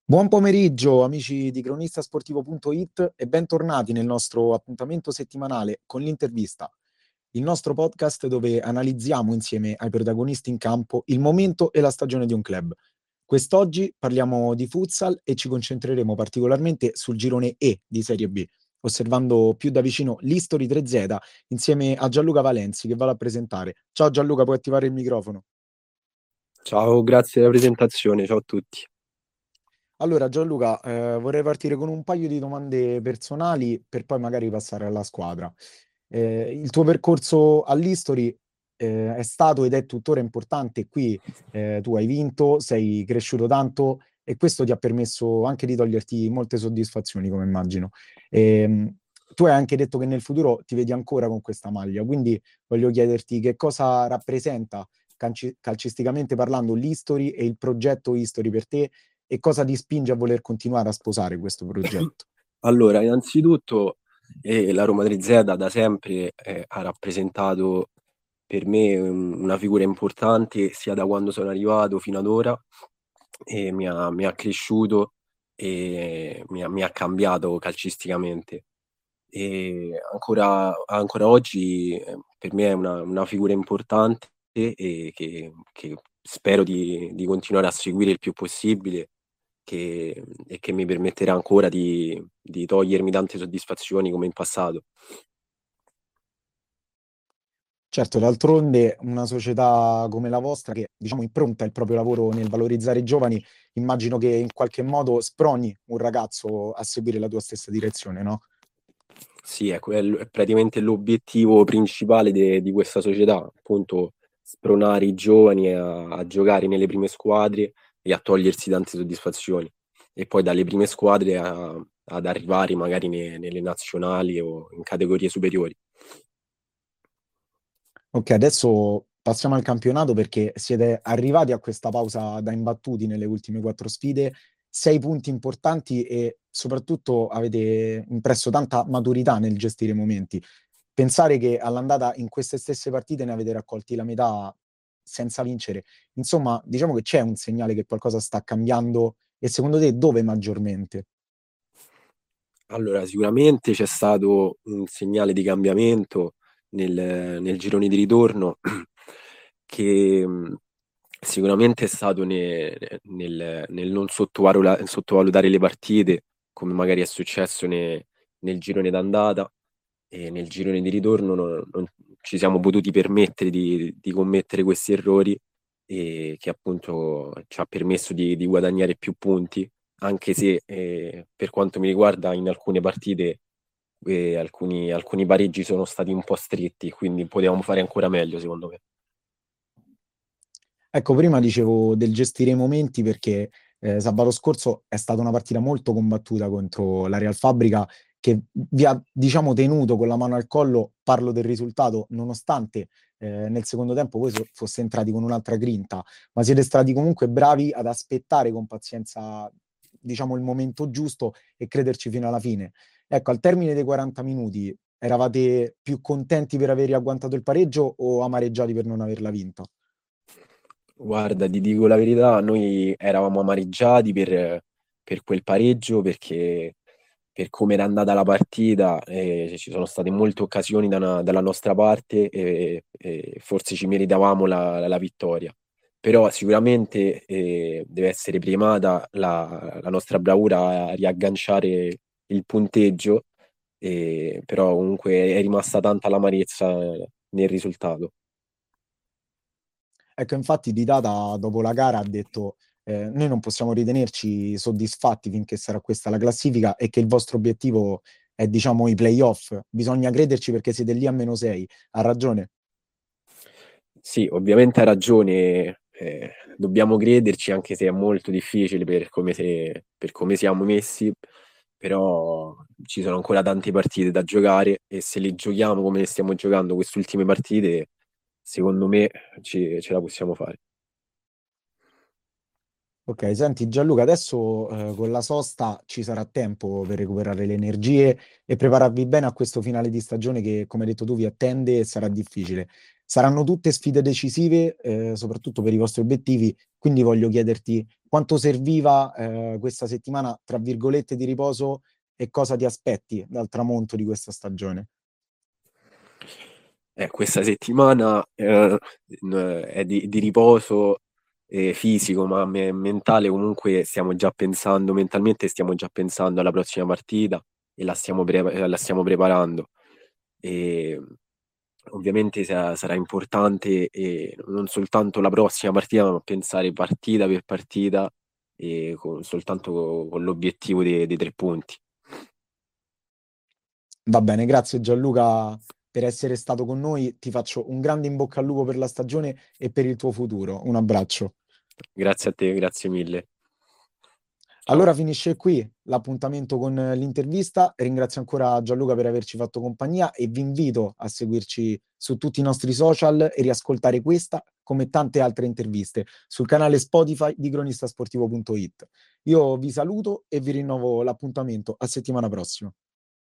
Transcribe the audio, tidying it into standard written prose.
Buon pomeriggio amici di cronistasportivo.it e bentornati nel nostro appuntamento settimanale con l'intervista, il nostro podcast dove analizziamo insieme ai protagonisti in campo il momento e la stagione di un club. Quest'oggi parliamo di futsal e ci concentreremo particolarmente sul girone E di Serie B, osservando più da vicino l'History 3Z insieme a Gianluca Valenzi che vado a presentare. Ciao Gianluca, puoi attivare il microfono? Ciao, grazie della presentazione, ciao a tutti. Allora, Gianluca, vorrei partire con un paio di domande personali per poi magari passare alla squadra. Il tuo percorso all'History, è stato ed è tuttora importante. Qui, tu hai vinto, sei cresciuto tanto e questo ti ha permesso anche di toglierti molte soddisfazioni, come immagino. Ehm, Tu hai anche detto che nel futuro ti vedi ancora con questa maglia, quindi voglio chiederti che cosa rappresenta calcisticamente parlando l'History e il progetto History per te e cosa ti spinge a voler continuare a sposare questo progetto? Allora, innanzitutto la Roma 3Z da sempre ha rappresentato per me una figura importante sia da quando sono arrivato fino ad ora e mi ha cresciuto e mi ha cambiato calcisticamente. E ancora oggi per me è una figura importante e che spero di continuare a seguire il più possibile e che mi permetterà ancora di togliermi tante soddisfazioni come in passato. Certo, d'altronde una società come la vostra, che diciamo impronta il proprio lavoro nel valorizzare i giovani, immagino che in qualche modo sproni un ragazzo a seguire la tua stessa direzione, no? Sì, è praticamente l'obiettivo principale di questa società, appunto spronare i giovani a giocare nelle prime squadre e a togliersi tante soddisfazioni. E poi dalle prime squadre ad arrivare magari nelle nazionali o in categorie superiori. Ok, adesso passiamo al campionato perché siete arrivati a questa pausa da imbattuti nelle ultime quattro sfide, 6 punti importanti e soprattutto avete impresso tanta maturità nel gestire i momenti. Pensare che all'andata in queste stesse partite ne avete raccolti la metà senza vincere, insomma, diciamo che c'è un segnale che qualcosa sta cambiando e secondo te dove maggiormente? Allora, sicuramente c'è stato un segnale di cambiamento nel girone di ritorno che sicuramente è stato nel non sottovalutare le partite, come magari è successo nel girone d'andata e nel girone di ritorno non ci siamo potuti permettere di commettere questi errori e che appunto ci ha permesso di guadagnare più punti anche se per quanto mi riguarda in alcune partite alcuni pareggi sono stati un po' stretti, quindi potevamo fare ancora meglio secondo me. Ecco, prima dicevo del gestire i momenti perché sabato scorso è stata una partita molto combattuta contro la Real Fabbrica che vi ha, diciamo, tenuto con la mano al collo, parlo del risultato, nonostante nel secondo tempo voi foste entrati con un'altra grinta, ma siete stati comunque bravi ad aspettare con pazienza, diciamo, il momento giusto e crederci fino alla fine. Ecco, al termine dei 40 minuti eravate più contenti per aver agguantato il pareggio o amareggiati per non averla vinta? Guarda, ti dico la verità, noi eravamo amareggiati per quel pareggio perché per come era andata la partita ci sono state molte occasioni dalla nostra parte e forse ci meritavamo la vittoria. Però sicuramente deve essere primata la nostra bravura a riagganciare il punteggio, però comunque è rimasta tanta l'amarezza nel risultato. Ecco, infatti Didata dopo la gara ha detto noi non possiamo ritenerci soddisfatti finché sarà questa la classifica e che il vostro obiettivo è, diciamo, i playoff. Bisogna crederci perché siete lì a -6. Ha ragione? Sì, ovviamente ha ragione, dobbiamo crederci anche se è molto difficile per come siamo messi, però ci sono ancora tante partite da giocare e se le giochiamo come le stiamo giocando queste ultime partite, secondo me ce la possiamo fare. Ok, senti Gianluca, adesso con la sosta ci sarà tempo per recuperare le energie e prepararvi bene a questo finale di stagione che, come hai detto tu, vi attende e sarà difficile. Saranno tutte sfide decisive, soprattutto per i vostri obiettivi, quindi voglio chiederti quanto serviva questa settimana, tra virgolette, di riposo e cosa ti aspetti dal tramonto di questa stagione? Questa settimana è di riposo fisico, ma mentale comunque stiamo già pensando, mentalmente stiamo già pensando alla prossima partita e la stiamo preparando. E ovviamente sarà importante non soltanto la prossima partita, ma pensare partita per partita e soltanto con l'obiettivo dei 3 punti. Va bene, grazie Gianluca per essere stato con noi. Ti faccio un grande in bocca al lupo per la stagione e per il tuo futuro. Un abbraccio. Grazie a te, grazie mille. Ciao. Allora finisce qui l'appuntamento con l'intervista. Ringrazio ancora Gianluca per averci fatto compagnia e vi invito a seguirci su tutti i nostri social e riascoltare questa come tante altre interviste sul canale Spotify di cronistasportivo.it. Io vi saluto e vi rinnovo l'appuntamento a settimana prossima.